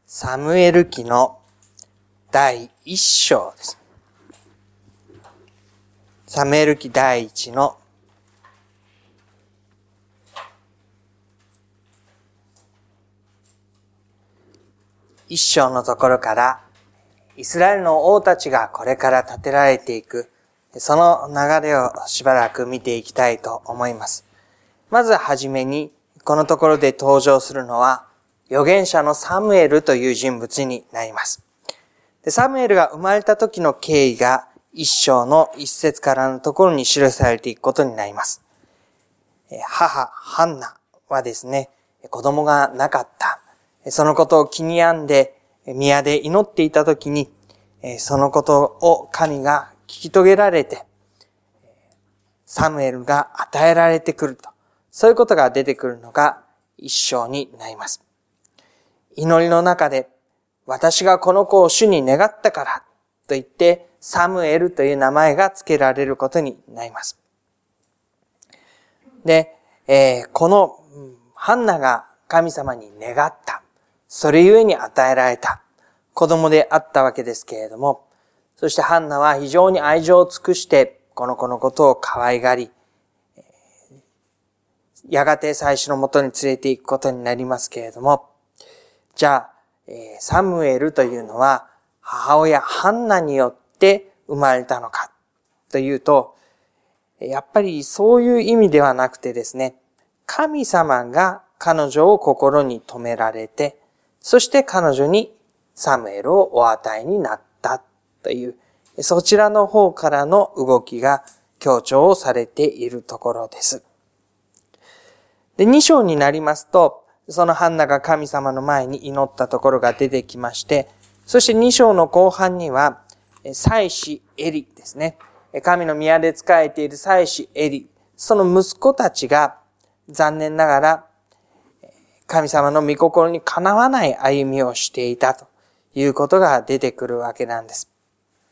サムエル記の第1章です。サムエル記第1の1章のところから、イスラエルの王たちがこれから立てられていく、その流れをしばらく見ていきたいと思います。まずはじめに、このところで登場するのは、預言者のサムエルという人物になります。で、サムエルが生まれた時の経緯が1章の1節からのところに記されていくことになります。母、ハンナはですね、子供がなかった。そのことを気に病んで、宮で祈っていた時に、そのことを神が聞き遂げられて、サムエルが与えられてくると。そういうことが出てくるのが1章になります。祈りの中で、私がこの子を主に願ったからと言って、サムエルという名前が付けられることになります。で、このハンナが神様に願った。それゆえに与えられた子供であったわけですけれども、そしてハンナは非常に愛情を尽くして、この子のことを可愛がり、やがて祭司のもとに連れて行くことになりますけれども、じゃあ、サムエルというのは母親ハンナによって生まれたのかというと、やっぱりそういう意味ではなくてですね、神様が彼女を心に留められて、そして彼女にサムエルをお与えになったという、そちらの方からの動きが強調されているところです。で、2章になりますと、そのハンナが神様の前に祈ったところが出てきまして、そして2章の後半には、祭司エリですね。神の宮で仕えている祭司エリ、その息子たちが残念ながら神様の御心にかなわない歩みをしていたということが出てくるわけなんです。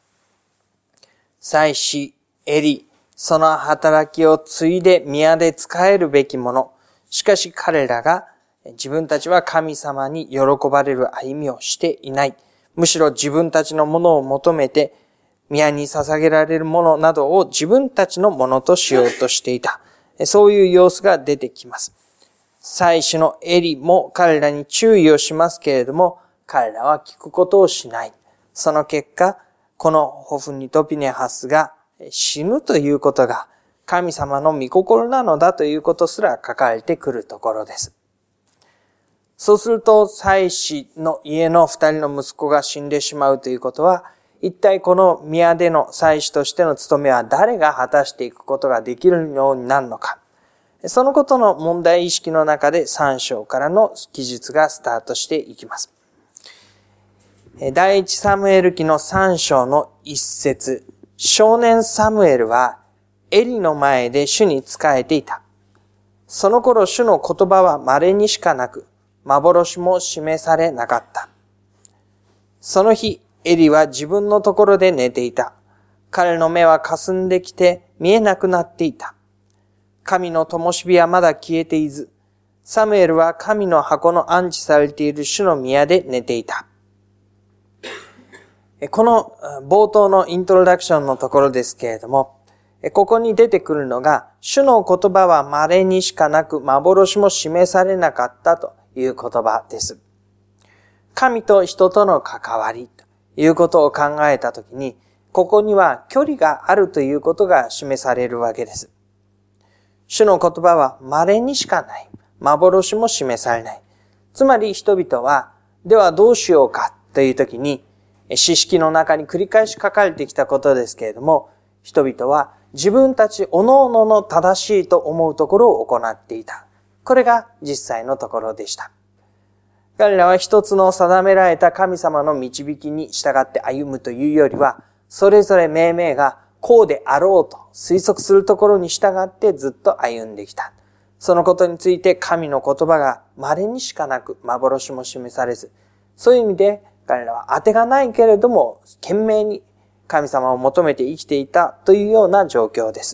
祭司エリ、その働きを継いで宮で仕えるべきもの。しかし彼らが自分たちは神様に喜ばれる歩みをしていない。むしろ自分たちのものを求めて、宮に捧げられるものなどを自分たちのものとしようとしていた。そういう様子が出てきます。祭司のエリも彼らに注意をしますけれども、彼らは聞くことをしない。その結果、このホフニとピネハスが死ぬということが神様の御心なのだということすら書かれてくるところです。そうすると、祭司の家の2人の息子が死んでしまうということは、一体この宮での祭司としての務めは誰が果たしていくことができるようになるのか。そのことの問題意識の中で3章からの記述がスタートしていきます。第一サムエル記の3章の1節、少年サムエルはエリの前で主に仕えていた。その頃主の言葉は稀にしかなく、幻も示されなかった。その日、エリは自分のところで寝ていた。彼の目は霞んできて見えなくなっていた。神の灯火はまだ消えていず、サムエルは神の箱の安置されている主の宮で寝ていた。この冒頭のイントロダクションのところですけれども、ここに出てくるのが、主の言葉は稀にしかなく、幻も示されなかったという言葉です。神と人との関わりということを考えたときに、ここには距離があるということが示されるわけです。主の言葉は稀にしかない。幻も示されない。つまり人々は、ではどうしようかというときに、詩式の中に繰り返し書かれてきたことですけれども、人々は自分たち各々の正しいと思うところを行っていた。これが実際のところでした。彼らは一つの定められた神様の導きに従って歩むというよりは、それぞれ命名がこうであろうと推測するところに従ってずっと歩んできた。そのことについて神の言葉が稀にしかなく幻も示されず、そういう意味で彼らは当てがないけれども懸命に神様を求めて生きていたというような状況です。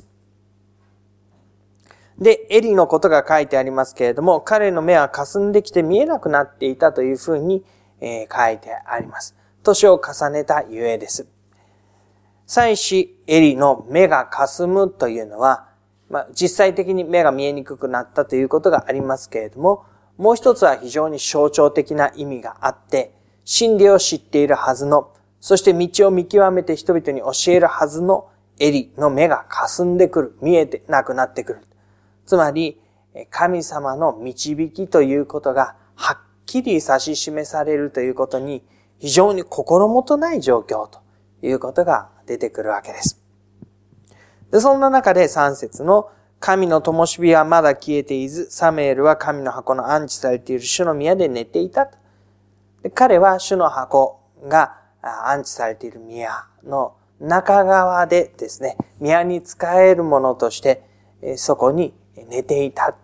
で、エリのことが書いてありますけれども、彼の目は霞んできて見えなくなっていたというふうに書いてあります。年を重ねたゆえです。祭司エリの目が霞むというのは、実際的に目が見えにくくなったということがありますけれども、もう一つは非常に象徴的な意味があって、真理を知っているはずの、そして道を見極めて人々に教えるはずのエリの目が霞んでくる、見えてなくなってくる。つまり、神様の導きということがはっきり指し示されるということに非常に心もとない状況ということが出てくるわけです。で、そんな中で3節の神の灯火はまだ消えていず、サムエルは神の箱の安置されている主の宮で寝ていたと。で、彼は主の箱が安置されている宮の中側でですね、宮に仕えるものとしてそこに寝ていた。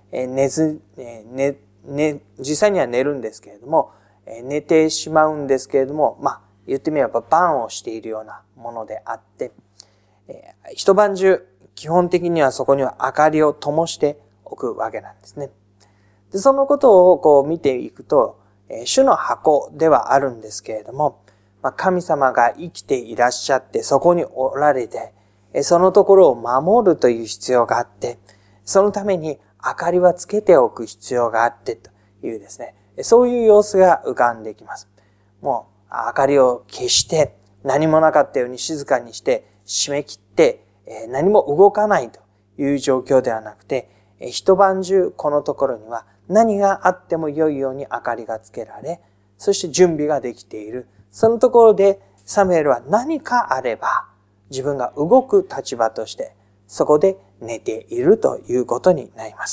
実際には寝るんですけれども、寝てしまうんですけれども、言ってみれば晩をしているようなものであって、一晩中基本的にはそこには明かりを灯しておくわけなんですね。で、そのことを見ていくと、主の箱ではあるんですけれども、神様が生きていらっしゃってそこにおられて、そのところを守るという必要があって、そのために明かりはつけておく必要があってというですね、そういう様子が浮かんできます。もう明かりを消して何もなかったように静かにして締め切って何も動かないという状況ではなくて、一晩中このところには何があっても良いように明かりがつけられ、そして準備ができている。そのところでサムエルは何かあれば自分が動く立場としてそこで寝ているということになります。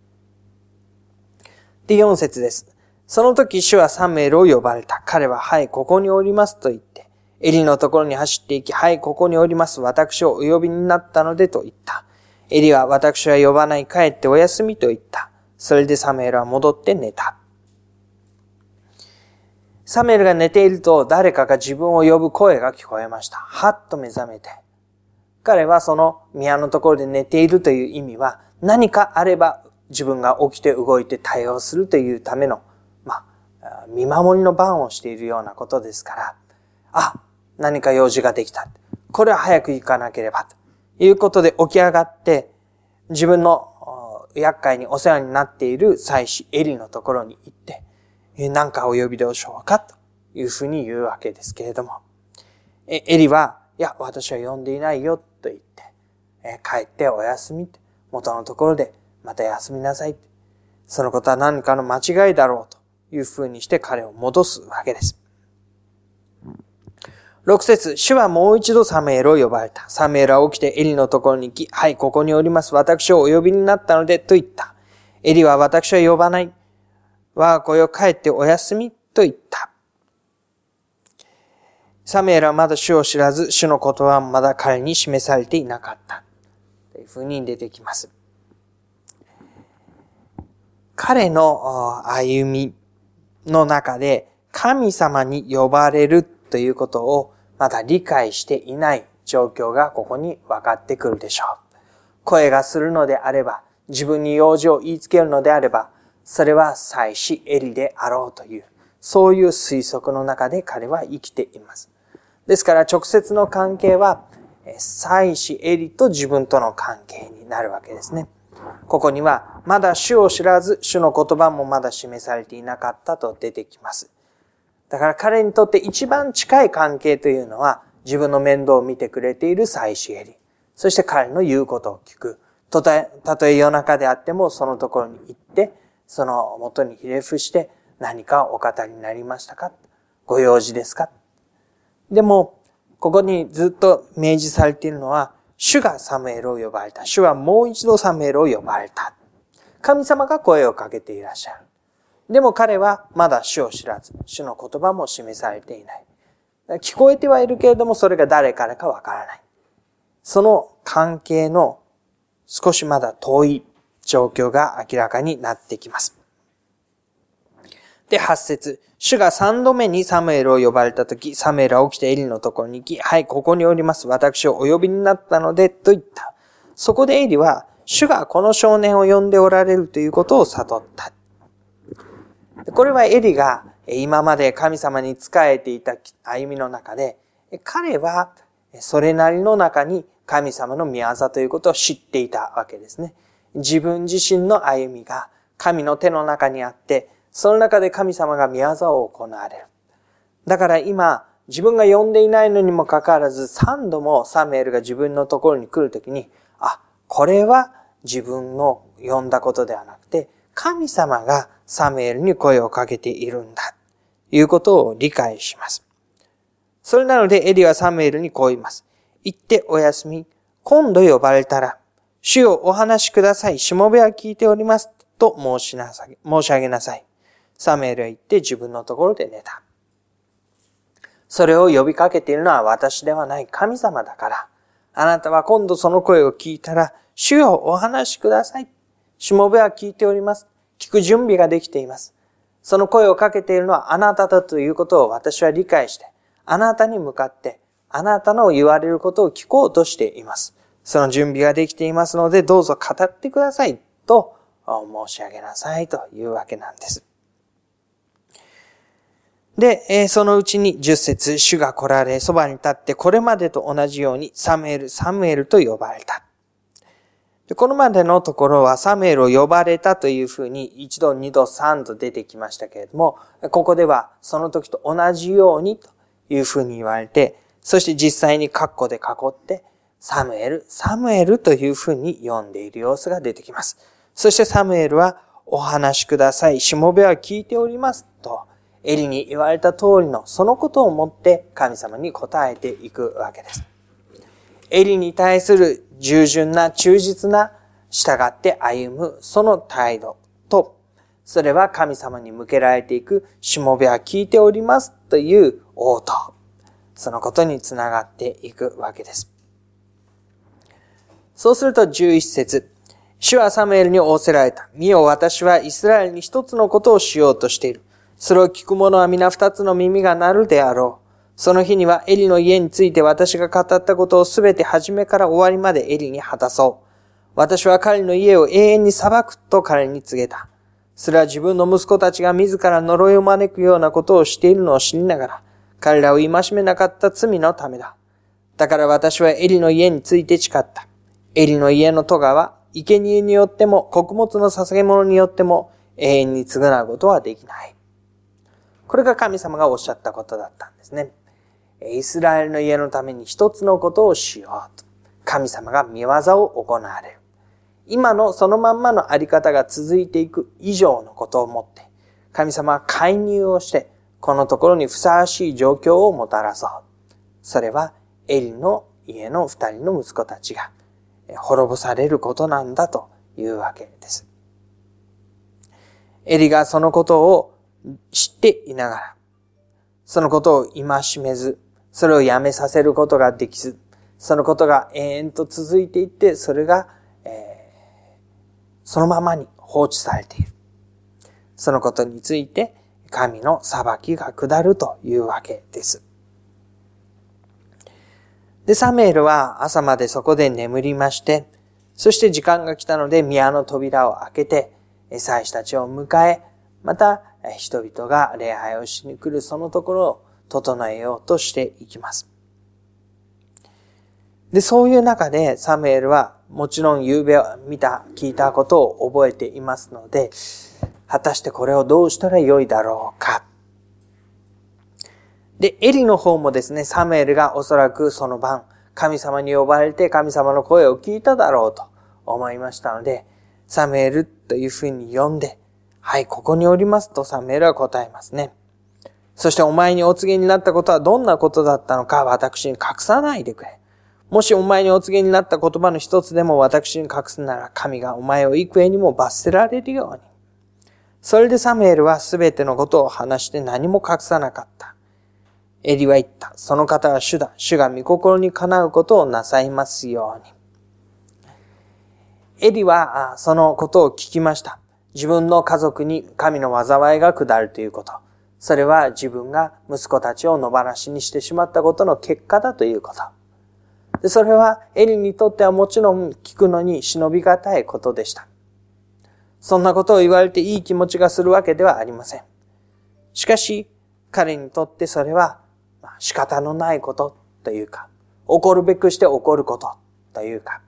で、4節です。その時主はサムエルを呼ばれた。彼は、はい、ここにおりますと言って、エリのところに走って行き、はい、ここにおります。私をお呼びになったのでと言った。エリは、私は呼ばない。帰ってお休みと言った。それでサムエルは戻って寝た。サムエルが寝ていると誰かが自分を呼ぶ声が聞こえました。はっと目覚めて。彼はその宮のところで寝ているという意味は、何かあれば自分が起きて動いて対応するというための、見守りの番をしているようなことですから、何か用事ができた。これは早く行かなければということで起き上がって、自分の厄介にお世話になっている祭司エリのところに行って、何かお呼びでしょうかというふうに言うわけですけれども、エリは、いや、私は呼んでいないよと言って、帰ってお休みって、元のところでまた休みなさいって、そのことは何かの間違いだろうというふうにして彼を戻すわけです。6節、主はもう一度サムエルを呼ばれた。サムエルは起きてエリのところに行き、はい、ここにおります。私をお呼びになったので、と言った。エリは、私は呼ばない。我が子よ、帰ってお休みと言った。サムエルはまだ主を知らず、主の言葉はまだ彼に示されていなかった。というふうに出てきます。彼の歩みの中で神様に呼ばれるということをまだ理解していない状況がここに分かってくるでしょう。声がするのであれば、自分に用事を言いつけるのであれば、それは祭司エリであろうという、そういう推測の中で彼は生きています。ですから直接の関係は祭司エリと自分との関係になるわけですね。ここにはまだ主を知らず、主の言葉もまだ示されていなかったと出てきます。だから彼にとって一番近い関係というのは、自分の面倒を見てくれている祭司エリ。そして彼の言うことを聞く。たとえ夜中であってもそのところに行って、その元にひれ伏して何かお語りになりましたか？ご用事ですか？でも、ここにずっと明示されているのは、主がサムエルを呼ばれた。主はもう一度サムエルを呼ばれた。神様が声をかけていらっしゃる。でも彼はまだ主を知らず、主の言葉も示されていない。聞こえてはいるけれども、それが誰からかわからない。その関係の少しまだ遠い状況が明らかになってきます。で、8節、主が3度目にサムエルを呼ばれたとき、サムエルは起きてエリのところに行き、はい、ここにおります。私をお呼びになったので、と言った。そこでエリは、主がこの少年を呼んでおられるということを悟った。これはエリが今まで神様に仕えていた歩みの中で、彼はそれなりの中に神様の御業ということを知っていたわけですね。自分自身の歩みが神の手の中にあって、その中で神様が御業を行われる。だから今、自分が呼んでいないのにもかかわらず、3度もサムエルが自分のところに来るときに、これは自分の呼んだことではなくて、神様がサムエルに声をかけているんだ、ということを理解します。それなのでエリはサムエルにこう言います。行ってお休み。今度呼ばれたら、主よお話しください。しもべは聞いております。と申し上げなさい。サムエルは行って自分のところで寝た。それを呼びかけているのは私ではない神様だから、あなたは今度その声を聞いたら、主よお話しください。しもべは聞いております。聞く準備ができています。その声をかけているのはあなただということを私は理解して、あなたに向かって、あなたの言われることを聞こうとしています。その準備ができていますので、どうぞ語ってくださいと申し上げなさいというわけなんです。で、そのうちに10節、主が来られ、そばに立ってこれまでと同じようにサムエル、サムエルと呼ばれた。でこのまでのところはサムエルを呼ばれたというふうに1度、2度、3度出てきましたけれども、ここではその時と同じようにというふうに言われて、そして実際に括弧で囲って、サムエル、サムエルというふうに呼んでいる様子が出てきます。そしてサムエルは、お話しください。しもべは聞いております。と、エリに言われた通りのそのことをもって神様に答えていくわけです。エリに対する従順な忠実な従って歩むその態度と、それは神様に向けられていくしもべは聞いておりますという応答。そのことにつながっていくわけです。そうすると11節、主はサムエルに仰せられた。見よ、私はイスラエルに一つのことをしようとしている。それを聞く者は皆二つの耳が鳴るであろう。その日にはエリの家について私が語ったことをすべて始めから終わりまでエリに果たそう。私は彼の家を永遠に裁くと彼に告げた。それは自分の息子たちが自ら呪いを招くようなことをしているのを知りながら、彼らを戒めなかった罪のためだ。だから私はエリの家について誓った。エリの家の咎は、生贄によっても、穀物の捧げ物によっても、永遠に償うことはできない。これが神様がおっしゃったことだったんですね。イスラエルの家のために一つのことをしようと。神様が御業を行われる。今のそのまんまのあり方が続いていく以上のことをもって、神様は介入をして、このところにふさわしい状況をもたらそう。それはエリの家の二人の息子たちが滅ぼされることなんだというわけです。エリがそのことを知っていながら、そのことを戒めず、それをやめさせることができず、そのことが永遠と続いていって、それが、そのままに放置されている。そのことについて神の裁きが下るというわけです。で、サムエルは朝までそこで眠りまして、そして時間が来たので宮の扉を開けて、祭司たちを迎え、また人々が礼拝をしに来るそのところを整えようとしていきます。で、そういう中でサムエルはもちろん昨べ聞いたことを覚えていますので、果たしてこれをどうしたらよいだろうか。で、エリの方もですね、サムエルがおそらくその晩、神様に呼ばれて神様の声を聞いただろうと思いましたので、サムエルというふうに呼んで、はい、ここにおりますとサムエルは答えますね。そしてお前にお告げになったことはどんなことだったのか私に隠さないでくれ。もしお前にお告げになった言葉の一つでも私に隠すなら神がお前を幾重にも罰せられるように。それでサムエルはすべてのことを話して何も隠さなかった。エリは言った。その方は主だ。主が御心にかなうことをなさいますように。エリはそのことを聞きました。自分の家族に神の災いが下るということ。それは自分が息子たちを野放しにしてしまったことの結果だということ。で、それはエリにとってはもちろん聞くのに忍びがたいことでした。そんなことを言われていい気持ちがするわけではありません。 しかし、彼にとってそれは仕方のないことというか、起こるべくして起こることというか、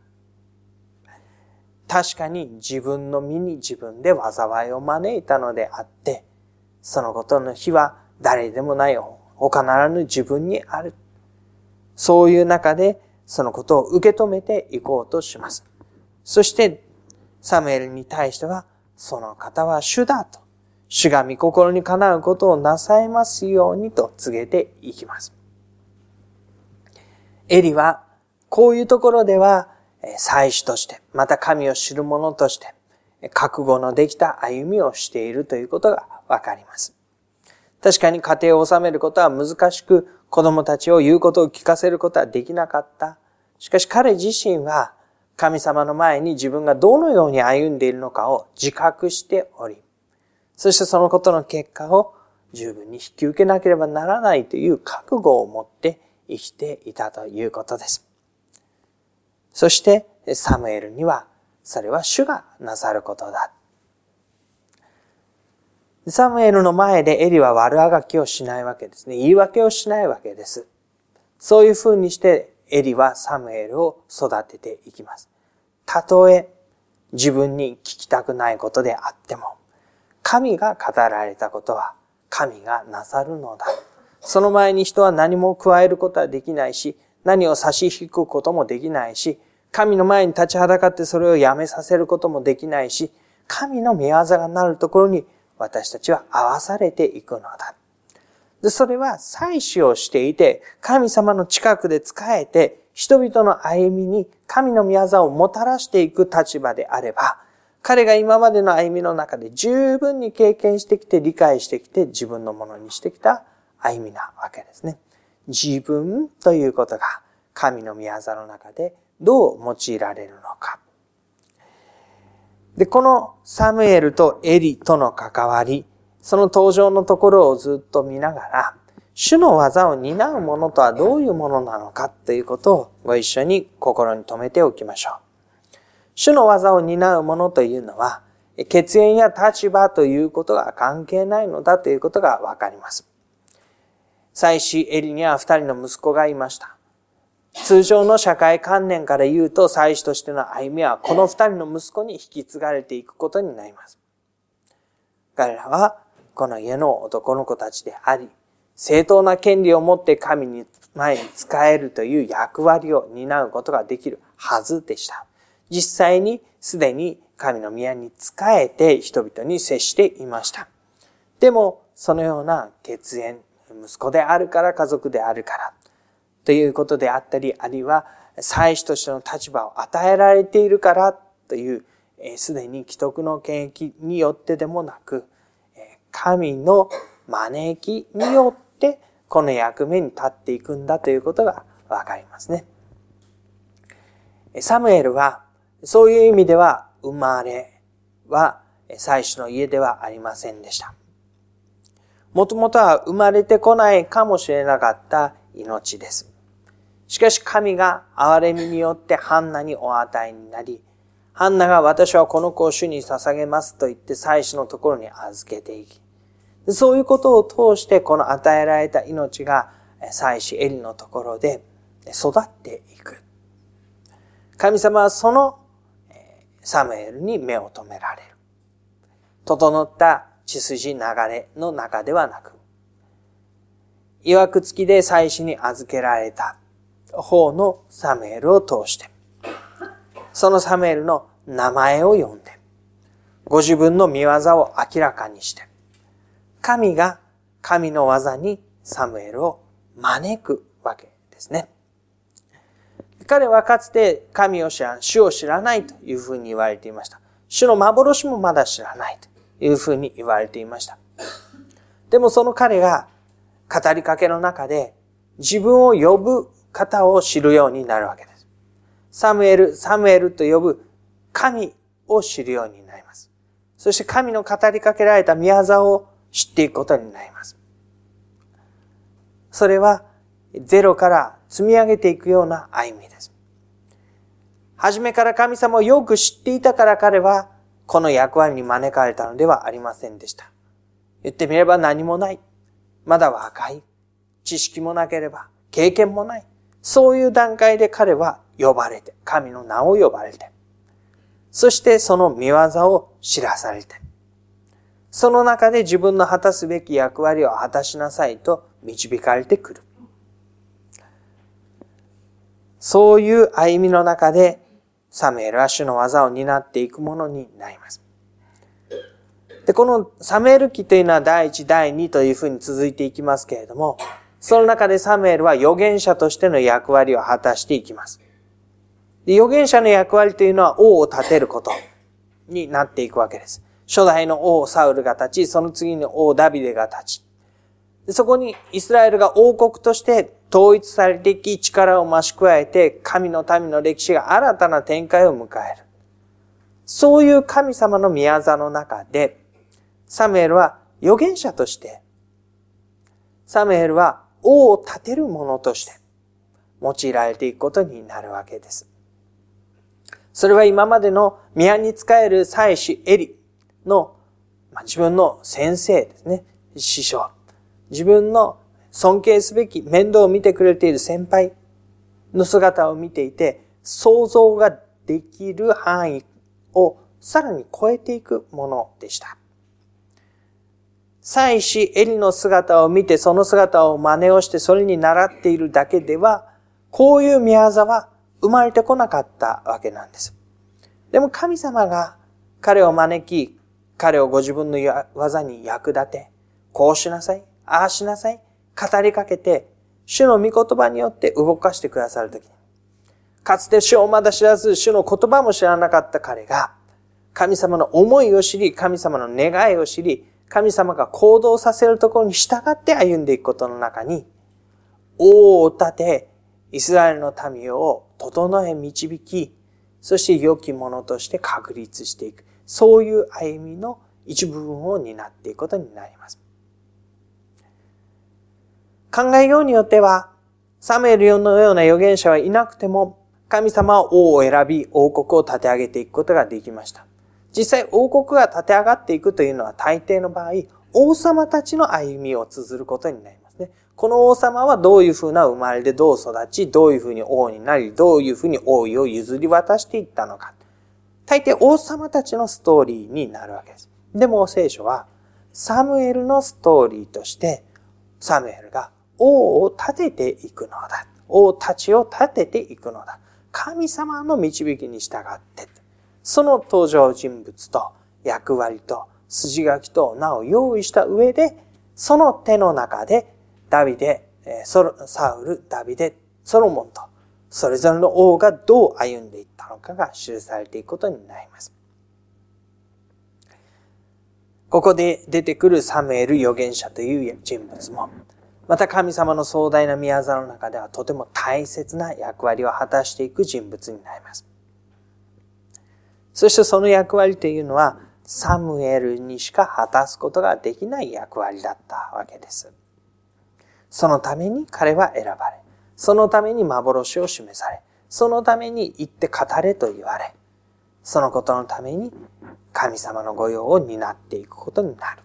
確かに自分の身に自分で災いを招いたのであって、そのことの非は誰でもない他ならぬ自分にある。そういう中でそのことを受け止めていこうとします。そしてサムエルに対しては、その方は主だと、主が御心にかなうことをなさいますようにと告げていきます。エリはこういうところでは祭司として、また神を知る者として、覚悟のできた歩みをしているということがわかります。確かに家庭を治めることは難しく、子供たちを言うことを聞かせることはできなかった。しかし彼自身は、神様の前に自分がどのように歩んでいるのかを自覚しており、そしてそのことの結果を十分に引き受けなければならないという覚悟を持って生きていたということです。そしてサムエルには、それは主がなさることだ。サムエルの前でエリは悪あがきをしないわけですね。言い訳をしないわけです。そういうふうにしてエリはサムエルを育てていきます。たとえ自分に聞きたくないことであっても、神が語られたことは神がなさるのだ。その前に人は何も加えることはできないし、何を差し引くこともできないし、神の前に立ちはだかってそれをやめさせることもできないし、神の御業がなるところに私たちは合わされていくのだ。で、それは祭司をしていて、神様の近くで仕えて、人々の歩みに神の御業をもたらしていく立場であれば、彼が今までの歩みの中で十分に経験してきて、理解してきて、自分のものにしてきた歩みなわけですね。自分ということが神の御業の中でどう用いられるのか。で、このサムエルとエリとの関わり、その登場のところをずっと見ながら、主の技を担うものとはどういうものなのかということをご一緒に心に留めておきましょう。主の技を担うものというのは、血縁や立場ということが関係ないのだということがわかります。祭司エリには2人の息子がいました。通常の社会観念から言うと、祭司としての歩みはこの2人の息子に引き継がれていくことになります。彼らはこの家の男の子たちであり、正当な権利を持って神に前に仕えるという役割を担うことができるはずでした。実際にすでに神の宮に仕えて人々に接していました。でもそのような血縁、息子であるから家族であるからということであったり、あるいは祭司としての立場を与えられているからというすでに既得の権益によってでもなく、神の招きによってこの役目に立っていくんだということがわかりますね。サムエルはそういう意味では生まれは祭司の家ではありませんでした。もともとは生まれてこないかもしれなかった命です。しかし神が憐れみによってハンナにお与えになり、ハンナが私はこの子を主に捧げますと言って祭司のところに預けていき、そういうことを通してこの与えられた命が祭司エリのところで育っていく。神様はそのサムエルに目を留められる。整った血筋流れの中ではなく、いわくつきで祭司に預けられた方のサムエルを通して、そのサムエルの名前を呼んで、ご自分の御業を明らかにして、神が神の技にサムエルを招くわけですね。彼はかつて神を知らん、主を知らないというふうに言われていました。主の幻もまだ知らないというふうに言われていました。でもその彼が語りかけの中で自分を呼ぶ方を知るようになるわけです。サムエル、サムエルと呼ぶ神を知るようになります。そして神の語りかけられた御業を知っていくことになります。それはゼロから積み上げていくような歩みです。初めから神様をよく知っていたから彼はこの役割に招かれたのではありませんでした。 言ってみれば何もない。まだ若い。知識もなければ、経験もない。そういう段階で彼は呼ばれて、神の名を呼ばれて、そしてその御業を知らされて、その中で自分の果たすべき役割を果たしなさいと導かれてくる。そういう歩みの中で、サムエルは主の技を担っていくものになります。で、このサムエル記というのは第1、第2というふうに続いていきますけれども、その中でサムエルは預言者としての役割を果たしていきます。で、預言者の役割というのは王を立てることになっていくわけです。初代の王サウルが立ち、その次に王ダビデが立ち、でそこにイスラエルが王国として統一されていき、力を増し加えて、神の民の歴史が新たな展開を迎える。そういう神様の宮座の中で、サムエルは預言者として、サムエルは王を立てる者として用いられていくことになるわけです。それは今までの宮に仕える祭司エリの、自分の先生ですね、師匠。自分の尊敬すべき面倒を見てくれている先輩の姿を見ていて、想像ができる範囲をさらに超えていくものでした。祭司エリの姿を見て、その姿を真似をしてそれに倣っているだけでは、こういう宮業は生まれてこなかったわけなんです。でも神様が彼を招き、彼をご自分の技に役立て、こうしなさい、ああしなさい、語りかけて、主の御言葉によって動かしてくださるときに、かつて主をまだ知らず、主の言葉も知らなかった彼が、神様の思いを知り、神様の願いを知り、神様が行動させるところに従って歩んでいくことの中に、王を立て、イスラエルの民を整え導き、そして良き者として確立していく。そういう歩みの一部分を担っていくことになります。考えようによっては、サムエルのような預言者はいなくても、神様は王を選び、王国を立て上げていくことができました。実際王国が立て上がっていくというのは大抵の場合、王様たちの歩みを綴ることになりますね。この王様はどういうふうな生まれでどう育ち、どういうふうに王になり、どういうふうに王位を譲り渡していったのか。大抵王様たちのストーリーになるわけです。でも聖書はサムエルのストーリーとして、サムエルが王を立てていくのだ。王たちを立てていくのだ。神様の導きに従って、その登場人物と役割と筋書きと名を用意した上で、その手の中でダビデ、サウル、ダビデ、ソロモンと、それぞれの王がどう歩んでいったのかが記されていくことになります。ここで出てくるサムエル預言者という人物も、また神様の壮大な宮座の中ではとても大切な役割を果たしていく人物になります。そしてその役割というのは、サムエルにしか果たすことができない役割だったわけです。そのために彼は選ばれ、そのために幻を示され、そのために言って語れと言われ、そのことのために神様の御用を担っていくことになる。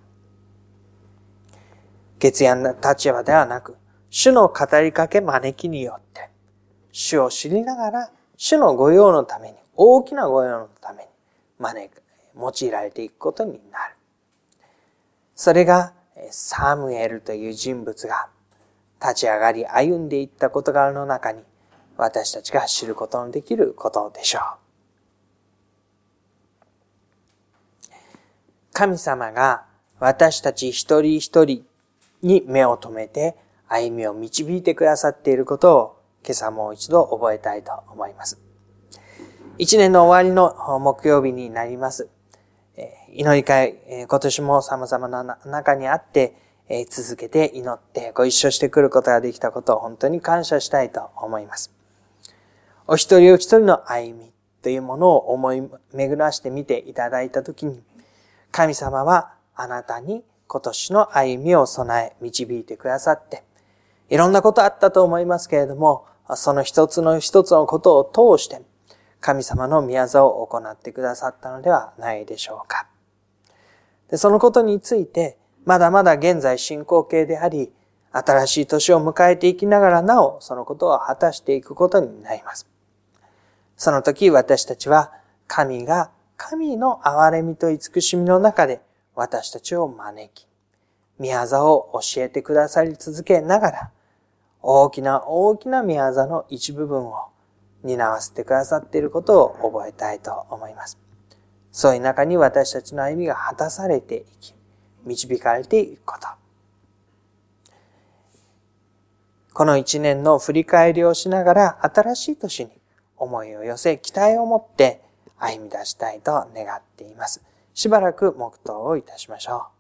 月や立場ではなく、主の語りかけ招きによって、主を知りながら、主の御用のために、大きな御用のために用いられていくことになる。それがサムエルという人物が立ち上がり歩んでいった事柄の中に私たちが知ることのできることでしょう。神様が私たち一人一人に目を留めて歩みを導いてくださっていることを今朝もう一度覚えたいと思います。一年の終わりの木曜日になります。祈り会、今年も様々な中にあって、続けて祈ってご一緒してくることができたことを本当に感謝したいと思います。お一人お一人の歩みというものを思い巡らしてみていただいたときに、神様はあなたに今年の歩みを備え導いてくださって、いろんなことあったと思いますけれども、その一つの一つのことを通して、神様の御業を行ってくださったのではないでしょうか。で、そのことについて、 まだまだ現在進行形であり、新しい年を迎えていきながらなお、そのことを果たしていくことになります。その時私たちは、神が神の憐れみと慈しみの中で私たちを招き、御業を教えてくださり続けながら、大きな大きな御業の一部分を担わせてくださっていることを覚えたいと思います。そういう中に私たちの歩みが果たされていき、導かれていくこと。この一年の振り返りをしながら新しい年に思いを寄せ、期待を持って歩み出したいと願っています。しばらく黙祷をいたしましょう。